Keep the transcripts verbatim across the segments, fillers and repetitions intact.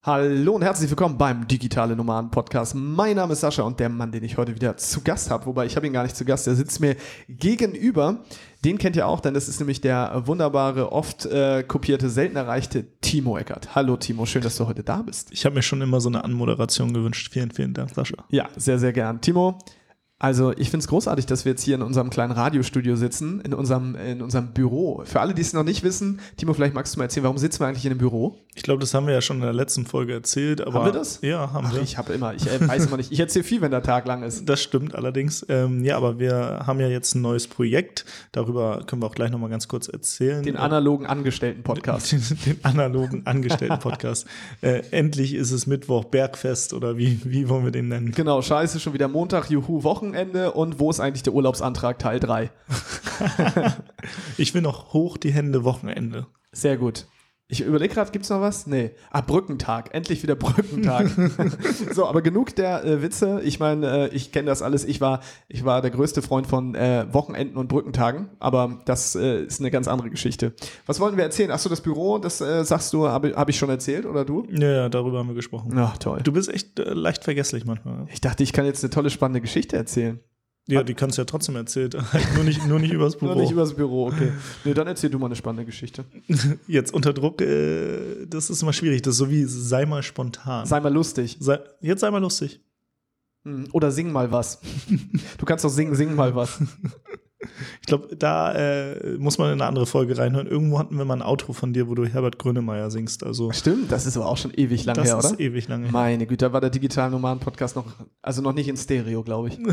Hallo und herzlich willkommen beim Digitale Nomaden Podcast. Mein Name ist Sascha und der Mann, den ich heute wieder zu Gast habe, wobei ich habe ihn gar nicht zu Gast, der sitzt mir gegenüber. Den kennt ihr auch, denn das ist nämlich der wunderbare, oft äh, kopierte, selten erreichte Timo Eckert. Hallo Timo, schön, dass du heute da bist. Ich habe mir schon immer so eine Anmoderation gewünscht. Vielen, vielen Dank, Sascha. Ja, sehr, sehr gern. Timo, also ich finde es großartig, dass wir jetzt hier in unserem kleinen Radiostudio sitzen, in unserem, in unserem Büro. Für alle, die es noch nicht wissen, Timo, vielleicht magst du mal erzählen, warum sitzen wir eigentlich in einem Büro? Ich glaube, das haben wir ja schon in der letzten Folge erzählt. Aber haben wir das? Ja, haben Ach, wir. ich habe immer, ich äh, weiß immer nicht, ich erzähle viel, wenn der Tag lang ist. Das stimmt allerdings. Ähm, ja, aber wir haben ja jetzt ein neues Projekt. Darüber können wir auch gleich nochmal ganz kurz erzählen. Den analogen Angestellten-Podcast. Den, den analogen Angestellten-Podcast. äh, endlich ist es Mittwoch, Bergfest oder wie, wie wollen wir den nennen? Genau, scheiße, schon wieder Montag, juhu, Wochenende und wo ist eigentlich der Urlaubsantrag Teil drei? Ich will noch hoch die Hände Wochenende. Sehr gut. Ich überlege gerade, gibt es noch was? Nee. Ah, Brückentag. Endlich wieder Brückentag. So, aber genug der äh, Witze. Ich meine, äh, ich kenne das alles. Ich war, ich war der größte Freund von äh, Wochenenden und Brückentagen. Aber das äh, ist eine ganz andere Geschichte. Was wollten wir erzählen? Achso, das Büro, das äh, sagst du, habe hab ich schon erzählt oder du? Ja, ja, darüber haben wir gesprochen. Ach, toll. Du bist echt äh, leicht vergesslich manchmal. Ich dachte, ich kann jetzt eine tolle, spannende Geschichte erzählen. Ja, die kannst du ja trotzdem erzählen. nur, nicht, nur nicht übers Büro. Nur nicht übers Büro, okay. Nee, dann erzähl du mal eine spannende Geschichte. Jetzt unter Druck, äh, das ist immer schwierig. Das ist so wie, sei mal spontan. Sei mal lustig. Sei, jetzt sei mal lustig. Oder sing mal was. Du kannst doch singen, sing mal was. Ich glaube, da äh, muss man in eine andere Folge reinhören. Irgendwo hatten wir mal ein Outro von dir, wo du Herbert Grönemeyer singst. Also, stimmt, das ist aber auch schon ewig lang das her, oder? Das ist ewig lang her. Meine Güte, da war der Digitale Nomaden Podcast noch, also noch nicht in Stereo, glaube ich.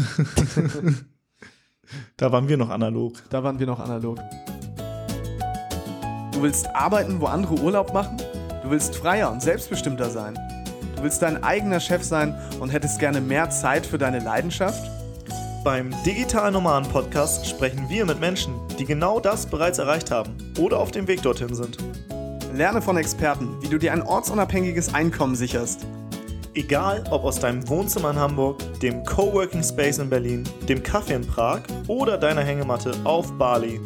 Da waren wir noch analog. Da waren wir noch analog. Du willst arbeiten, wo andere Urlaub machen? Du willst freier und selbstbestimmter sein? Du willst dein eigener Chef sein und hättest gerne mehr Zeit für deine Leidenschaft? Beim Digital Nomaden Podcast sprechen wir mit Menschen, die genau das bereits erreicht haben oder auf dem Weg dorthin sind. Lerne von Experten, wie du dir ein ortsunabhängiges Einkommen sicherst. Egal, ob aus deinem Wohnzimmer in Hamburg, dem Coworking Space in Berlin, dem Café in Prag oder deiner Hängematte auf Bali.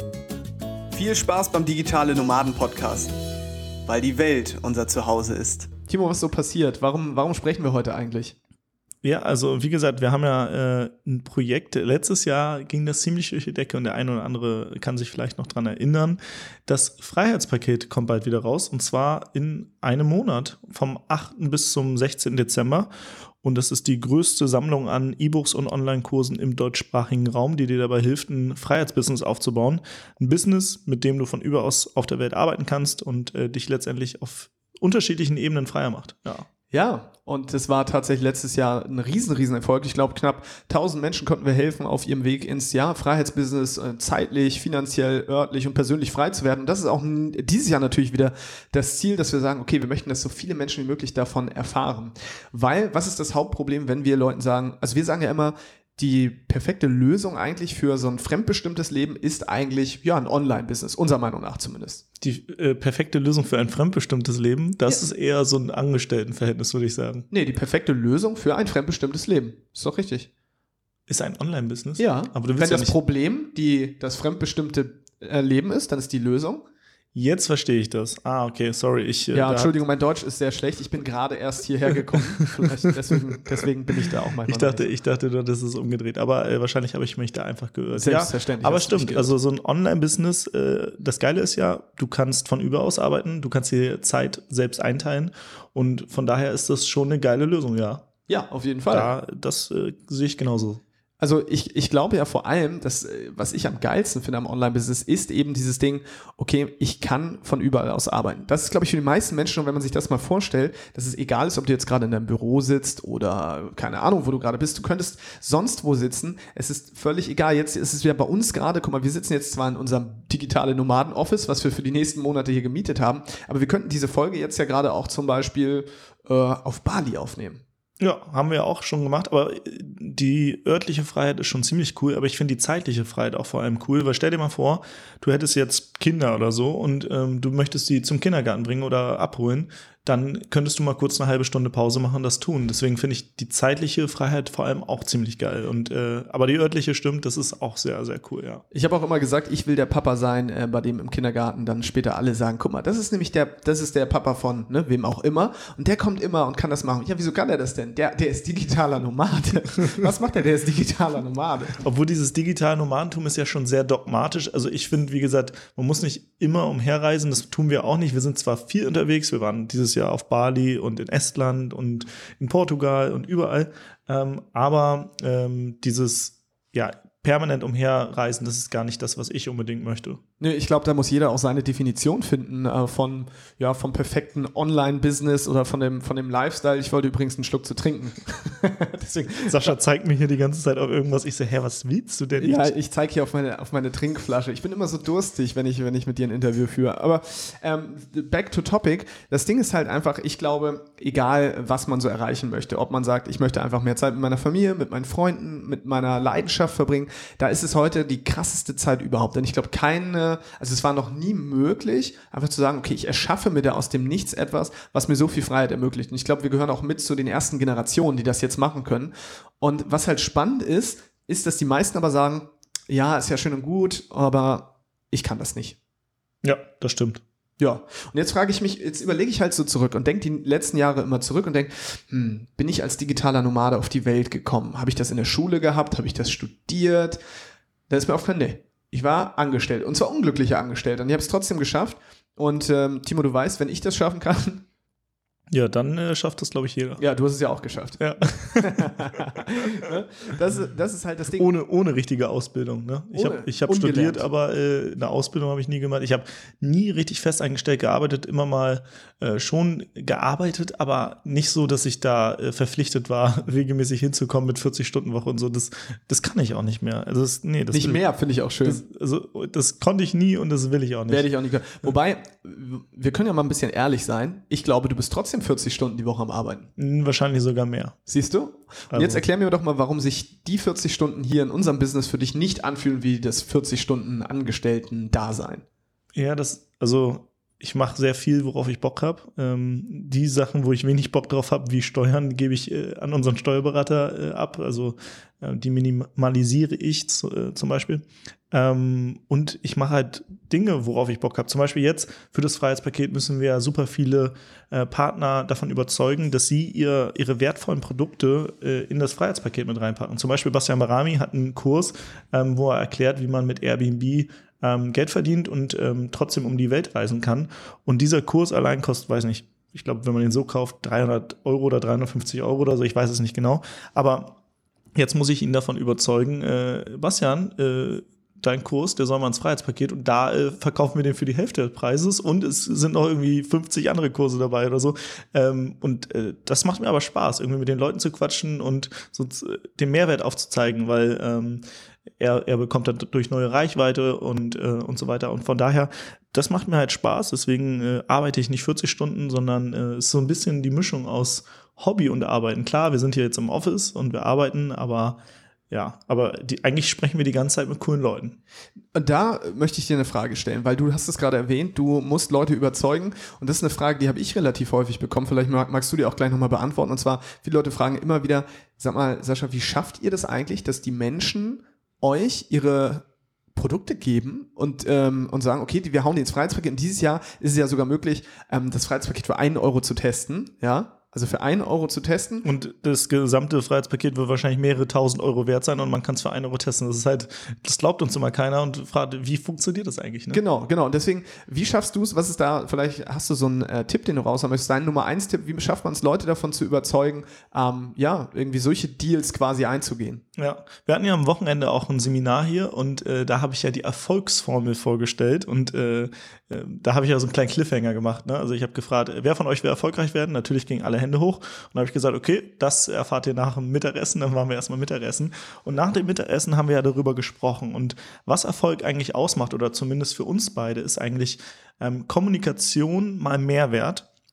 Viel Spaß beim Digitale Nomaden Podcast, weil die Welt unser Zuhause ist. Timo, was ist so passiert? Warum, warum sprechen wir heute eigentlich? Ja, also wie gesagt, wir haben ja äh, ein Projekt, letztes Jahr ging das ziemlich durch die Decke und der eine oder andere kann sich vielleicht noch dran erinnern. Das Freiheitspaket kommt bald wieder raus und zwar in einem Monat, vom achten bis zum sechzehnten Dezember. Und das ist die größte Sammlung an E-Books und Online-Kursen im deutschsprachigen Raum, die dir dabei hilft, ein Freiheitsbusiness aufzubauen. Ein Business, mit dem du von überaus auf der Welt arbeiten kannst und äh, dich letztendlich auf unterschiedlichen Ebenen freier macht. Ja. Ja, und es war tatsächlich letztes Jahr ein riesen, riesen Erfolg. Ich glaube, knapp tausend Menschen konnten wir helfen, auf ihrem Weg ins ja, Freiheitsbusiness äh, zeitlich, finanziell, örtlich und persönlich frei zu werden. Und das ist auch n- dieses Jahr natürlich wieder das Ziel, dass wir sagen, okay, wir möchten, dass so viele Menschen wie möglich davon erfahren. Weil, was ist das Hauptproblem, wenn wir Leuten sagen, also wir sagen ja immer, die perfekte Lösung eigentlich für so ein fremdbestimmtes Leben ist eigentlich ja ein Online-Business, unserer Meinung nach zumindest. Die äh, perfekte Lösung für ein fremdbestimmtes Leben, das ja. ist eher so ein Angestelltenverhältnis, würde ich sagen. Nee, die perfekte Lösung für ein fremdbestimmtes Leben. Ist doch richtig. Ist ein Online-Business? Ja, aber du willst wenn ja das nicht Problem die, das fremdbestimmte äh, Leben ist, dann ist die Lösung. Jetzt verstehe ich das. Ah, okay, sorry. Ich, ja, da Entschuldigung, mein Deutsch ist sehr schlecht. Ich bin gerade erst hierher gekommen. Vielleicht deswegen, deswegen bin ich da auch manchmal. Ich dachte, ich dachte, das ist umgedreht. Aber äh, wahrscheinlich habe ich mich da einfach geirrt. Selbstverständlich. Ja, aber stimmt. Also so ein Online-Business, äh, das Geile ist ja, du kannst von überaus arbeiten, du kannst dir Zeit selbst einteilen. Und von daher ist das schon eine geile Lösung, ja. Ja, auf jeden Fall. Da, das äh, sehe ich genauso. Also ich, ich glaube ja vor allem, dass, was ich am geilsten finde am Online-Business, ist eben dieses Ding, okay, ich kann von überall aus arbeiten. Das ist, glaube ich, für die meisten Menschen, und wenn man sich das mal vorstellt, dass es egal ist, ob du jetzt gerade in deinem Büro sitzt oder keine Ahnung, wo du gerade bist, du könntest sonst wo sitzen, es ist völlig egal. Jetzt ist es wieder bei uns gerade, guck mal, wir sitzen jetzt zwar in unserem digitalen Nomaden-Office, was wir für die nächsten Monate hier gemietet haben, aber wir könnten diese Folge jetzt ja gerade auch zum Beispiel äh, auf Bali aufnehmen. Ja, haben wir auch schon gemacht, aber die örtliche Freiheit ist schon ziemlich cool, aber ich finde die zeitliche Freiheit auch vor allem cool, weil stell dir mal vor, du hättest jetzt Kinder oder so und ähm, du möchtest die zum Kindergarten bringen oder abholen, dann könntest du mal kurz eine halbe Stunde Pause machen und das tun. Deswegen finde ich die zeitliche Freiheit vor allem auch ziemlich geil. Und, äh, aber die örtliche stimmt, das ist auch sehr, sehr cool, ja. Ich habe auch immer gesagt, ich will der Papa sein, äh, bei dem im Kindergarten dann später alle sagen, guck mal, das ist nämlich der, das ist der Papa von, ne, wem auch immer. Und der kommt immer und kann das machen. Ja, wieso kann er das denn? Der, der ist digitaler Nomade. Was macht der? Der ist digitaler Nomade. Obwohl dieses digitale Nomadentum ist ja schon sehr dogmatisch. Also ich finde, wie gesagt, man muss nicht immer umherreisen. Das tun wir auch nicht. Wir sind zwar viel unterwegs. Wir waren dieses Jahr auf Bali und in Estland und in Portugal und überall. Ähm, aber ähm, dieses, ja, permanent umherreisen, das ist gar nicht das, was ich unbedingt möchte. Nee, ich glaube, da muss jeder auch seine Definition finden äh, von, ja, vom perfekten Online-Business oder von dem, von dem Lifestyle. Ich wollte übrigens einen Schluck zu trinken. Deswegen, Sascha zeigt mir hier die ganze Zeit auf irgendwas. Ich so, hä, was willst du denn? Ja, ich zeige hier auf meine, auf meine Trinkflasche. Ich bin immer so durstig, wenn ich, wenn ich mit dir ein Interview führe. Aber ähm, back to topic. Das Ding ist halt einfach, ich glaube, egal, was man so erreichen möchte, ob man sagt, ich möchte einfach mehr Zeit mit meiner Familie, mit meinen Freunden, mit meiner Leidenschaft verbringen, da ist es heute die krasseste Zeit überhaupt. Denn ich glaube, keine, also es war noch nie möglich, einfach zu sagen, okay, ich erschaffe mir da aus dem Nichts etwas, was mir so viel Freiheit ermöglicht. Und ich glaube, wir gehören auch mit zu den ersten Generationen, die das jetzt machen können. Und was halt spannend ist, ist, dass die meisten aber sagen, ja, ist ja schön und gut, aber ich kann das nicht. Ja, das stimmt. Ja, und jetzt frage ich mich, jetzt überlege ich halt so zurück und denke die letzten Jahre immer zurück und denke, hm, bin ich als digitaler Nomade auf die Welt gekommen? Habe ich das in der Schule gehabt? Habe ich das studiert? Da ist mir aufgefallen, nee, ich war angestellt und zwar unglücklicher angestellt und ich habe es trotzdem geschafft und ähm, Timo, du weißt, wenn ich das schaffen kann, ja, dann äh, schafft das, glaube ich, jeder. Ja, du hast es ja auch geschafft. Ja. das, das ist halt das Ding. Ohne, ohne richtige Ausbildung. Ne? Ich habe ich hab studiert, aber äh, eine Ausbildung habe ich nie gemacht. Ich habe nie richtig festangestellt gearbeitet, immer mal äh, schon gearbeitet, aber nicht so, dass ich da äh, verpflichtet war, regelmäßig hinzukommen mit vierzig-Stunden-Woche und so. Das, das kann ich auch nicht mehr. Also das, nee, das nicht will, mehr, finde ich auch schön. Das, also, das konnte ich nie und das will ich auch nicht. Werde ich auch nicht können. Wobei, wir können ja mal ein bisschen ehrlich sein. Ich glaube, du bist trotzdem vierzig Stunden die Woche am Arbeiten. Wahrscheinlich sogar mehr. Siehst du? Und also. Jetzt erklär mir doch mal, warum sich die vierzig Stunden hier in unserem Business für dich nicht anfühlen wie das vierzig Stunden Angestellten-Dasein. Ja, das, also ich mache sehr viel, worauf ich Bock habe. Ähm, die Sachen, wo ich wenig Bock drauf habe, wie Steuern, gebe ich äh, an unseren Steuerberater äh, ab. Also äh, die minimalisiere ich zu, äh, zum Beispiel. Ähm, und ich mache halt Dinge, worauf ich Bock habe. Zum Beispiel jetzt für das Freiheitspaket müssen wir super viele äh, Partner davon überzeugen, dass sie ihr, ihre wertvollen Produkte äh, in das Freiheitspaket mit reinpacken. Zum Beispiel Bastian Barami hat einen Kurs, ähm, wo er erklärt, wie man mit Airbnb ähm, Geld verdient und ähm, trotzdem um die Welt reisen kann. Und dieser Kurs allein kostet, weiß nicht, ich glaube, wenn man den so kauft, dreihundert Euro oder dreihundertfünfzig Euro oder so, ich weiß es nicht genau. Aber jetzt muss ich ihn davon überzeugen, äh, Bastian, äh, dein Kurs, der soll mal ins Freiheitspaket und da äh, verkaufen wir den für die Hälfte des Preises und es sind noch irgendwie fünfzig andere Kurse dabei oder so. Ähm, und äh, das macht mir aber Spaß, irgendwie mit den Leuten zu quatschen und so äh, den Mehrwert aufzuzeigen, weil ähm, er, er bekommt dadurch neue Reichweite und, äh, und so weiter. Und von daher, das macht mir halt Spaß, deswegen äh, arbeite ich nicht vierzig Stunden, sondern es äh, ist so ein bisschen die Mischung aus Hobby und Arbeiten. Klar, wir sind hier jetzt im Office und wir arbeiten, aber ja, aber die, eigentlich sprechen wir die ganze Zeit mit coolen Leuten. Und da möchte ich dir eine Frage stellen, weil du hast es gerade erwähnt, du musst Leute überzeugen und das ist eine Frage, die habe ich relativ häufig bekommen, vielleicht magst du die auch gleich nochmal beantworten und zwar, viele Leute fragen immer wieder, sag mal, Sascha, wie schafft ihr das eigentlich, dass die Menschen euch ihre Produkte geben und, ähm, und sagen, okay, wir hauen die ins Freiheitspaket und dieses Jahr ist es ja sogar möglich, ähm, das Freiheitspaket für einen Euro zu testen, ja, also für einen Euro zu testen. Und das gesamte Freiheitspaket wird wahrscheinlich mehrere tausend Euro wert sein und man kann es für einen Euro testen. Das ist halt, das glaubt uns immer keiner und fragt, wie funktioniert das eigentlich? Ne? Genau, genau. Und deswegen, wie schaffst du es, was ist da, vielleicht hast du so einen äh, Tipp, den du raushauen möchtest, dein Nummer eins Tipp, wie schafft man es, Leute davon zu überzeugen, ähm, ja, irgendwie solche Deals quasi einzugehen? Ja, wir hatten ja am Wochenende auch ein Seminar hier und äh, da habe ich ja die Erfolgsformel vorgestellt und äh, äh, da habe ich ja so einen kleinen Cliffhanger gemacht. Ne? Also ich habe gefragt, wer von euch will erfolgreich werden? Natürlich gingen alle Hände hoch und dann habe ich gesagt, okay, das erfahrt ihr nach dem Mittagessen, dann waren wir erstmal Mittagessen und nach dem Mittagessen haben wir ja darüber gesprochen und was Erfolg eigentlich ausmacht oder zumindest für uns beide ist eigentlich ähm, Kommunikation mal Mehrwert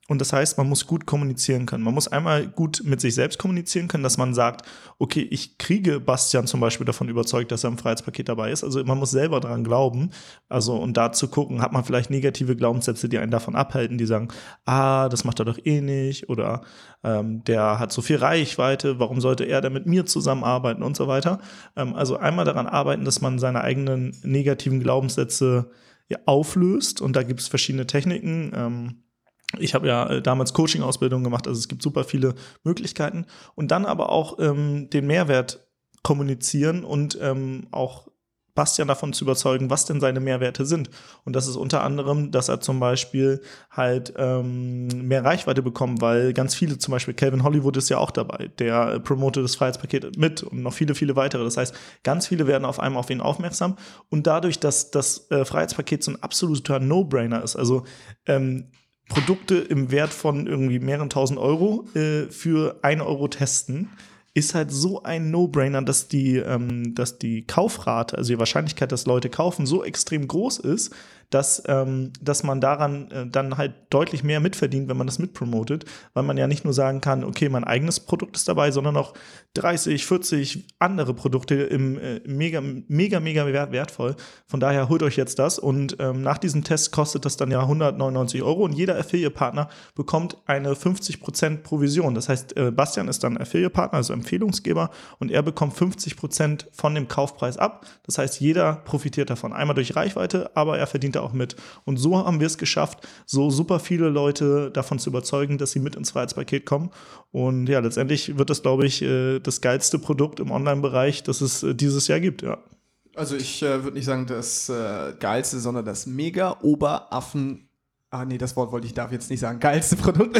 Und das heißt, man muss gut kommunizieren können. Man muss einmal gut mit sich selbst kommunizieren können, dass man sagt, okay, ich kriege Bastian zum Beispiel davon überzeugt, dass er im Freiheitspaket dabei ist. Also man muss selber daran glauben. Also und da zu gucken, hat man vielleicht negative Glaubenssätze, die einen davon abhalten, die sagen, ah, das macht er doch eh nicht oder ähm, der hat so viel Reichweite, warum sollte er denn mit mir zusammenarbeiten und so weiter. Ähm, also einmal daran arbeiten, dass man seine eigenen negativen Glaubenssätze ja, auflöst und da gibt es verschiedene Techniken. Ähm, Ich habe ja äh, damals Coaching-Ausbildung gemacht, also es gibt super viele Möglichkeiten. Und dann aber auch ähm, den Mehrwert kommunizieren und ähm, auch Bastian davon zu überzeugen, was denn seine Mehrwerte sind. Und das ist unter anderem, dass er zum Beispiel halt ähm, mehr Reichweite bekommt, weil ganz viele, zum Beispiel Calvin Hollywood ist ja auch dabei, der äh, promotet das Freiheitspaket mit und noch viele, viele weitere. Das heißt, ganz viele werden auf einmal auf ihn aufmerksam. Und dadurch, dass das äh, Freiheitspaket so ein absoluter No-Brainer ist, also ähm, Produkte im Wert von irgendwie mehreren tausend Euro äh, für ein Euro testen, ist halt so ein No-Brainer, dass die, ähm, dass die Kaufrate, also die Wahrscheinlichkeit, dass Leute kaufen, so extrem groß ist, dass, ähm, dass man daran äh, dann halt deutlich mehr mitverdient, wenn man das mitpromotet, weil man ja nicht nur sagen kann, okay, mein eigenes Produkt ist dabei, sondern auch dreißig, vierzig andere Produkte im äh, mega, mega, mega wert, wertvoll. Von daher holt euch jetzt das und ähm, nach diesem Test kostet das dann ja hundertneunundneunzig Euro und jeder Affiliate-Partner bekommt eine fünfzig Prozent Provision. Das heißt, äh, Bastian ist dann Affiliate-Partner, also Empfehlungsgeber und er bekommt fünfzig Prozent von dem Kaufpreis ab. Das heißt, jeder profitiert davon. Einmal durch Reichweite, aber er verdient auch mit. Und so haben wir es geschafft, so super viele Leute davon zu überzeugen, dass sie mit ins Freiheitspaket kommen. Und ja, letztendlich wird das, glaube ich, das geilste Produkt im Online-Bereich, das es dieses Jahr gibt, ja. Also ich äh, würde nicht sagen das äh, geilste, sondern das Mega-Oberaffen- Ah, nee, das Wort wollte ich, darf jetzt nicht sagen. Geilste Produkt.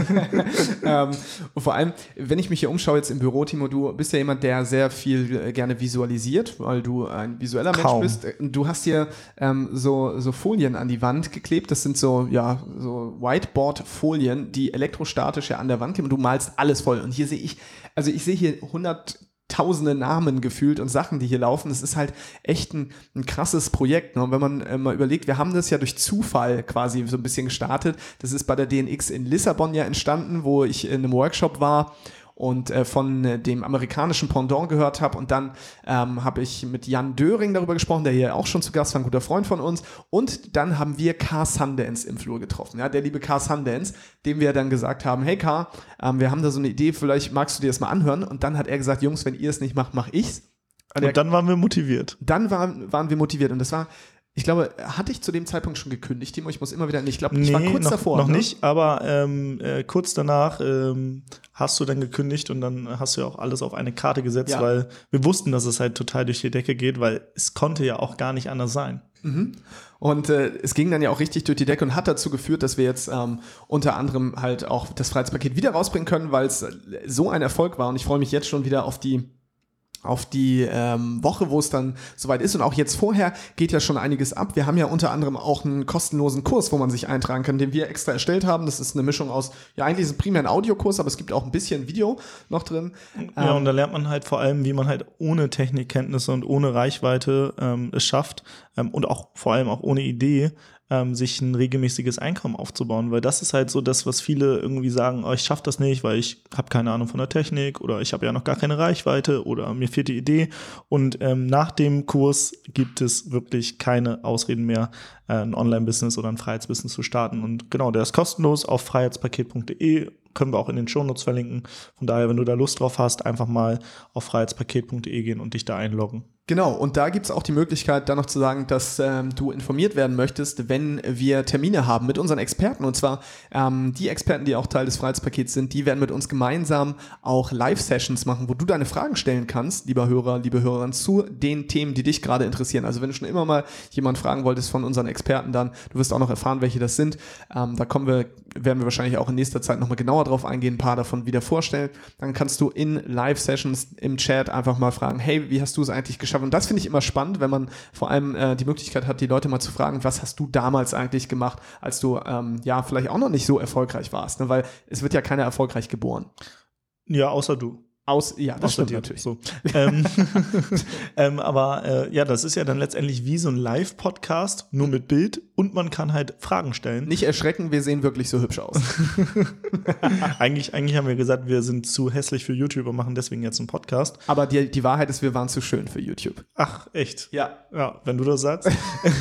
ähm, und vor allem, wenn ich mich hier umschaue jetzt im Büro, Timo, du bist ja jemand, der sehr viel äh, gerne visualisiert, weil du ein visueller Kaum. Mensch bist. Du hast hier ähm, so, so Folien an die Wand geklebt. Das sind so, ja, so Whiteboard-Folien, die elektrostatisch ja an der Wand kleben und du malst alles voll. Und hier sehe ich, also ich sehe hier hundert tausende Namen gefühlt und Sachen, die hier laufen. Das ist halt echt ein, ein krasses Projekt. Ne? Und wenn man äh, mal überlegt, wir haben das ja durch Zufall quasi so ein bisschen gestartet. Das ist bei der D N X in Lissabon ja entstanden, wo ich in einem Workshop war und äh, von äh, dem amerikanischen Pendant gehört habe. Und dann ähm, habe ich mit Jan Döring darüber gesprochen, der hier auch schon zu Gast war, ein guter Freund von uns. Und dann haben wir Car Sundance im Flur getroffen. Ja, der liebe Car Sundance, dem wir dann gesagt haben, hey Car, ähm, wir haben da so eine Idee, vielleicht magst du dir das mal anhören. Und dann hat er gesagt, Jungs, wenn ihr es nicht macht, mach ich's. Und, und dann waren wir motiviert. Dann waren, waren wir motiviert. Und das war... Ich glaube, hatte ich zu dem Zeitpunkt schon gekündigt, Timo? Ich muss immer wieder, ich glaube, ich nee, war kurz noch, davor. Noch ne? nicht, aber ähm, äh, kurz danach ähm, hast du dann gekündigt und dann hast du ja auch alles auf eine Karte gesetzt, ja. weil wir wussten, dass es halt total durch die Decke geht, weil es konnte ja auch gar nicht anders sein. Mhm. Und äh, es ging dann ja auch richtig durch die Decke und hat dazu geführt, dass wir jetzt ähm, unter anderem halt auch das Freiheitspaket wieder rausbringen können, weil es so ein Erfolg war und ich freue mich jetzt schon wieder auf die auf die ähm, Woche, wo es dann soweit ist. Und auch jetzt vorher geht ja schon einiges ab. Wir haben ja unter anderem auch einen kostenlosen Kurs, wo man sich eintragen kann, den wir extra erstellt haben. Das ist eine Mischung aus, ja eigentlich ist es primär ein Audiokurs, aber es gibt auch ein bisschen Video noch drin. Ja, ähm, und da lernt man halt vor allem, wie man halt ohne Technikkenntnisse und ohne Reichweite ähm, es schafft ähm, und auch vor allem auch ohne Idee, ähm, sich ein regelmäßiges Einkommen aufzubauen, weil das ist halt so das, was viele irgendwie sagen, oh, ich schaffe das nicht, weil ich habe keine Ahnung von der Technik oder ich habe ja noch gar keine Reichweite oder mir fehlt die Idee und ähm, nach dem Kurs gibt es wirklich keine Ausreden mehr, äh, ein Online-Business oder ein Freiheitsbusiness zu starten und genau, der ist kostenlos auf freiheitspaket punkt de, können wir auch in den Shownotes verlinken, von daher, wenn du da Lust drauf hast, einfach mal auf freiheitspaket punkt de gehen und dich da einloggen. Genau, und da gibt es auch die Möglichkeit, dann noch zu sagen, dass ähm, du informiert werden möchtest, wenn wir Termine haben mit unseren Experten. Und zwar ähm, die Experten, die auch Teil des Freiheitspakets sind, die werden mit uns gemeinsam auch Live-Sessions machen, wo du deine Fragen stellen kannst, lieber Hörer, liebe Hörerin, zu den Themen, die dich gerade interessieren. Also wenn du schon immer mal jemand fragen wolltest von unseren Experten, dann, du wirst auch noch erfahren, welche das sind. Ähm, da kommen wir, werden wir wahrscheinlich auch in nächster Zeit nochmal genauer drauf eingehen, ein paar davon wieder vorstellen. Dann kannst du in Live-Sessions im Chat einfach mal fragen, hey, wie hast du es eigentlich geschafft? Und das finde ich immer spannend, wenn man vor allem äh, die Möglichkeit hat, die Leute mal zu fragen, was hast du damals eigentlich gemacht, als du ähm, ja vielleicht auch noch nicht so erfolgreich warst, ne? Weil es wird ja keiner erfolgreich geboren. Ja, außer du. Aus, ja, das stimmt dir, natürlich. So. ähm, ähm, aber äh, ja, das ist ja dann letztendlich wie so ein Live-Podcast, nur mit Bild und man kann halt Fragen stellen. Nicht erschrecken, wir sehen wirklich so hübsch aus. eigentlich, eigentlich haben wir gesagt, wir sind zu hässlich für YouTube und machen deswegen jetzt einen Podcast. Aber die, die Wahrheit ist, wir waren zu schön für YouTube. Ach, echt? Ja. Ja, wenn du das sagst.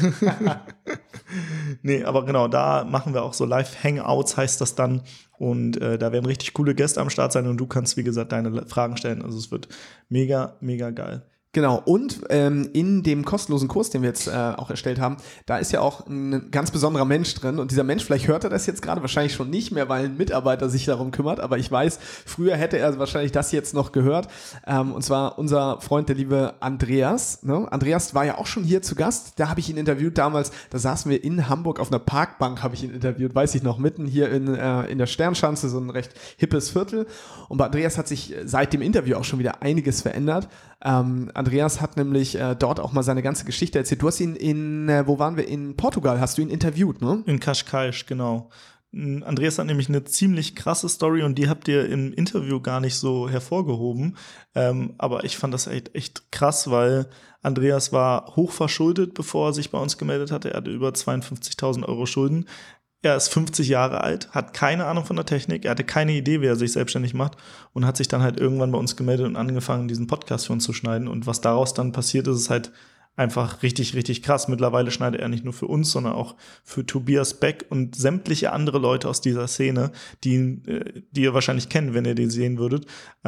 Nee, aber genau, da machen wir auch so Live-Hangouts, heißt das dann. Und äh, da werden richtig coole Gäste am Start sein und du kannst, wie gesagt, deine Fragen stellen. Also es wird mega, mega geil. Genau, und ähm, in dem kostenlosen Kurs, den wir jetzt äh, auch erstellt haben, da ist ja auch ein ganz besonderer Mensch drin und dieser Mensch, vielleicht hört er das jetzt gerade, wahrscheinlich schon nicht mehr, weil ein Mitarbeiter sich darum kümmert, aber ich weiß, früher hätte er wahrscheinlich das jetzt noch gehört, ähm, und zwar unser Freund, der liebe Andreas. Ne? Andreas war ja auch schon hier zu Gast, da habe ich ihn interviewt damals, da saßen wir in Hamburg auf einer Parkbank, habe ich ihn interviewt, weiß ich noch, mitten hier in, äh, in der Sternschanze, so ein recht hippes Viertel, und bei Andreas hat sich seit dem Interview auch schon wieder einiges verändert. Ähm, Andreas hat nämlich äh, dort auch mal seine ganze Geschichte erzählt. Du hast ihn in, äh, wo waren wir? In Portugal hast du ihn interviewt, ne? In Cascais, genau. Andreas hat nämlich eine ziemlich krasse Story und die habt ihr im Interview gar nicht so hervorgehoben. Ähm, aber ich fand das echt, echt krass, weil Andreas war hochverschuldet, bevor er sich bei uns gemeldet hatte. Er hatte über zweiundfünfzigtausend Euro Schulden. Er ist fünfzig Jahre alt, hat keine Ahnung von der Technik, er hatte keine Idee, wie er sich selbstständig macht und hat sich dann halt irgendwann bei uns gemeldet und angefangen, diesen Podcast für uns zu schneiden. Und was daraus dann passiert ist, ist halt einfach richtig, richtig krass. Mittlerweile schneidet er nicht nur für uns, sondern auch für Tobias Beck und sämtliche andere Leute aus dieser Szene, die, die ihr wahrscheinlich kennt, wenn ihr die sehen würdet.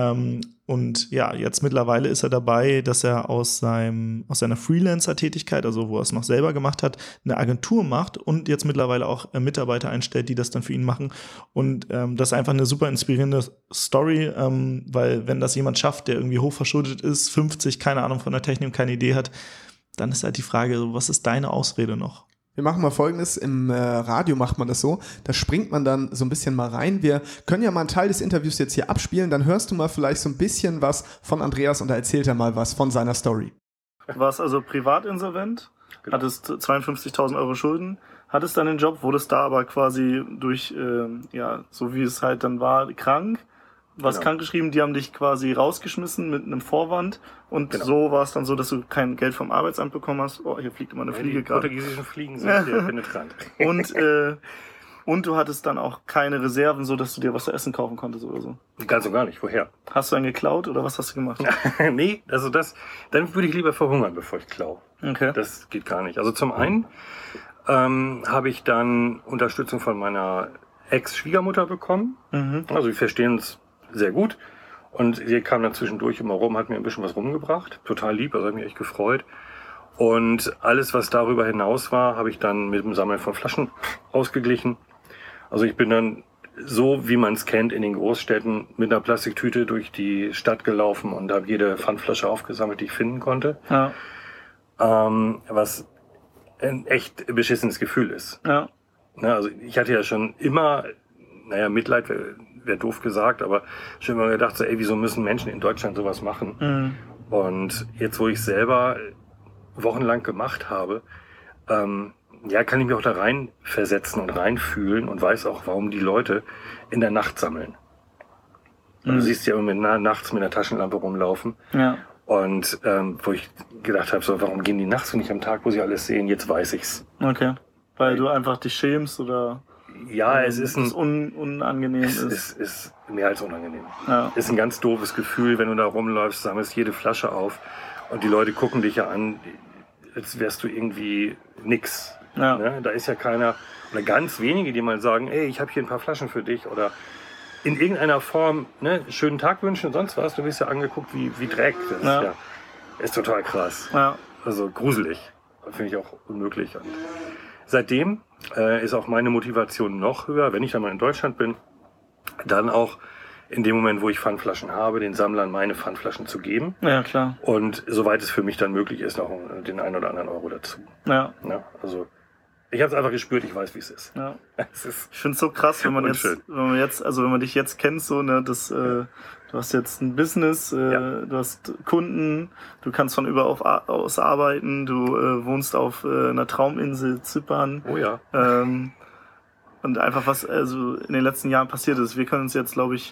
Und ja, jetzt mittlerweile ist er dabei, dass er aus, seinem, aus seiner Freelancer-Tätigkeit, also wo er es noch selber gemacht hat, eine Agentur macht und jetzt mittlerweile auch Mitarbeiter einstellt, die das dann für ihn machen. Und ähm, das ist einfach eine super inspirierende Story, ähm, weil wenn das jemand schafft, der irgendwie hochverschuldet ist, fünfzig, keine Ahnung von der Technik, keine Idee hat, dann ist halt die Frage, was ist deine Ausrede noch? Wir machen mal Folgendes, im äh, Radio macht man das so, da springt man dann so ein bisschen mal rein. Wir können ja mal einen Teil des Interviews jetzt hier abspielen, dann hörst du mal vielleicht so ein bisschen was von Andreas und da erzählt er mal was von seiner Story. Du warst also privat insolvent, genau. Hattest zweiundfünfzigtausend Euro Schulden, hattest dann den Job, wurdest da aber quasi durch, äh, ja, so wie es halt dann war, krank. Was genau. krankgeschrieben, die haben dich quasi rausgeschmissen mit einem Vorwand und genau. so war es dann so, dass du kein Geld vom Arbeitsamt bekommen hast. Oh, hier fliegt immer eine ja, Fliege gerade. Die portugiesischen Fliegen sind sehr penetrant. Und, äh, und du hattest dann auch keine Reserven, so dass du dir was zu essen kaufen konntest oder so. Ganz und gar nicht. Woher? Hast du einen geklaut oder was hast du gemacht? Nee, also das, dann würde ich lieber verhungern, bevor ich klaue. Okay. Das geht gar nicht. Also zum einen ähm, habe ich dann Unterstützung von meiner Ex-Schwiegermutter bekommen. Mhm. Also wir verstehen uns sehr gut. Und sie kam dann zwischendurch immer rum, hat mir ein bisschen was rumgebracht. Total lieb, also hat mich echt gefreut. Und alles, was darüber hinaus war, habe ich dann mit dem Sammeln von Flaschen ausgeglichen. Also ich bin dann so, wie man es kennt, in den Großstädten mit einer Plastiktüte durch die Stadt gelaufen und habe jede Pfandflasche aufgesammelt, die ich finden konnte. Ja. Ähm, was ein echt beschissenes Gefühl ist. Ja. Na, also ich hatte ja schon immer, naja, Mitleid wäre wär doof gesagt, aber schon immer gedacht, so, ey, wieso müssen Menschen in Deutschland sowas machen? Mhm. Und jetzt, wo ich selber wochenlang gemacht habe, ähm, ja, kann ich mich auch da rein versetzen und reinfühlen und weiß auch, warum die Leute in der Nacht sammeln. Mhm. Du siehst ja immer mit, na, nachts mit einer Taschenlampe rumlaufen. Ja. Und ähm, wo ich gedacht habe, so, warum gehen die nachts und nicht am Tag, wo sie alles sehen? Jetzt weiß ich's. Okay. Weil du einfach dich schämst oder ja, es ist ein un, unangenehm es ist. ist, ist mehr als unangenehm. Ja. Ist ein ganz doofes Gefühl, wenn du da rumläufst, sammelst jede Flasche auf und die Leute gucken dich ja an, als wärst du irgendwie nix. Ja. Ne? Da ist ja keiner, oder ganz wenige, die mal sagen, ey, ich habe hier ein paar Flaschen für dich oder in irgendeiner Form, ne, schönen Tag wünschen und sonst was. Du wirst ja angeguckt wie, wie Dreck. Das ja. ist, ja, ist total krass. Ja. Also gruselig. Finde ich auch unmöglich. Und seitdem äh, ist auch meine Motivation noch höher, wenn ich dann mal in Deutschland bin, dann auch in dem Moment, wo ich Pfandflaschen habe, den Sammlern meine Pfandflaschen zu geben. Ja, klar. Und soweit es für mich dann möglich ist, noch den einen oder anderen Euro dazu. Ja. Ja, also ich habe es einfach gespürt, ich weiß, wie es ist. Ja. Es ist ich finde es so krass, wenn man jetzt, wenn man jetzt, also wenn man dich jetzt kennt, so, ne, das, äh, du hast jetzt ein Business, äh, ja. du hast Kunden, du kannst von überall aus arbeiten, du äh, wohnst auf äh, einer Trauminsel Zypern. Oh ja. Ähm, und einfach was also in den letzten Jahren passiert ist. Wir können uns jetzt, glaube ich,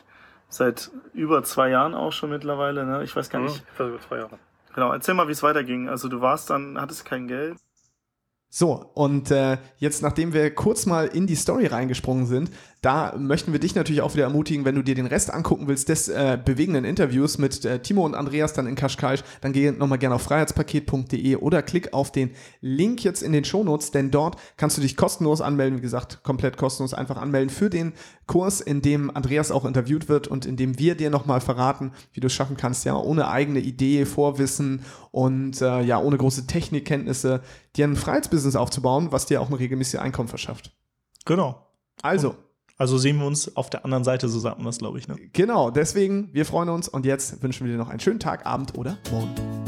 seit über zwei Jahren auch schon mittlerweile, ne? Ich weiß gar nicht. Mhm, über zwei Jahre. Genau, erzähl mal, wie es weiterging. Also du warst dann, hattest kein Geld. So, und äh, jetzt, nachdem wir kurz mal in die Story reingesprungen sind, da möchten wir dich natürlich auch wieder ermutigen, wenn du dir den Rest angucken willst des äh, bewegenden Interviews mit äh, Timo und Andreas dann in Qashqaisch, dann geh nochmal gerne auf freiheitspaket punkt de oder klick auf den Link jetzt in den Shownotes, denn dort kannst du dich kostenlos anmelden, wie gesagt, komplett kostenlos einfach anmelden für den Kurs, in dem Andreas auch interviewt wird und in dem wir dir nochmal verraten, wie du es schaffen kannst, ja, ohne eigene Idee, Vorwissen und äh, ja, ohne große Technikkenntnisse, dir ein Freiheitsbusiness aufzubauen, was dir auch ein regelmäßiges Einkommen verschafft. Genau. Also. Also sehen wir uns auf der anderen Seite, so sagt man das, glaube ich. Ne? Genau, deswegen, wir freuen uns und jetzt wünschen wir dir noch einen schönen Tag, Abend oder Morgen.